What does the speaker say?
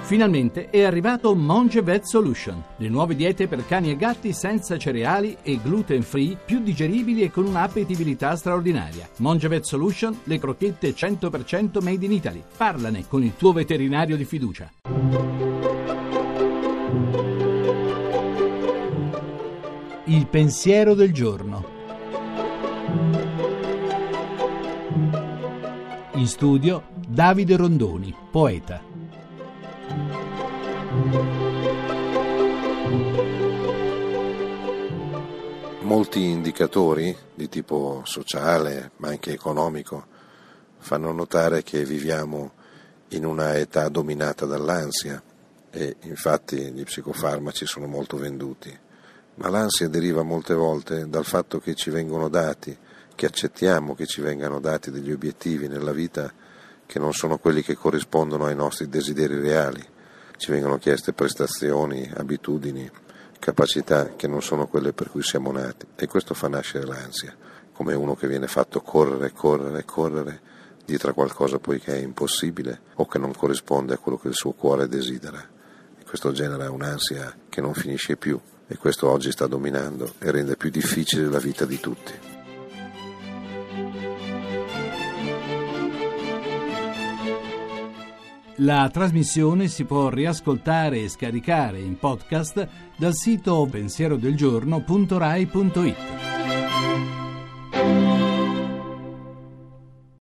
Finalmente è arrivato Monge Vet Solution, le nuove diete per cani e gatti senza cereali e gluten free, più digeribili e con un'appetibilità straordinaria. Monge Vet Solution, le crocchette 100% made in Italy. Parlane con il tuo veterinario di fiducia. Il pensiero del giorno. In studio Davide Rondoni, poeta. Molti indicatori di tipo sociale, ma anche economico, fanno notare che viviamo in una età dominata dall'ansia e infatti gli psicofarmaci sono molto venduti. Ma l'ansia deriva molte volte dal fatto che ci vengono dati, che accettiamo che ci vengano dati degli obiettivi nella vita che non sono quelli che corrispondono ai nostri desideri reali. Ci vengono chieste prestazioni, abitudini, capacità che non sono quelle per cui siamo nati, e questo fa nascere l'ansia, come uno che viene fatto correre dietro a qualcosa poi che è impossibile o che non corrisponde a quello che il suo cuore desidera, e questo genera un'ansia che non finisce più, e questo oggi sta dominando e rende più difficile la vita di tutti. La trasmissione si può riascoltare e scaricare in podcast dal sito pensierodelgiorno.rai.it.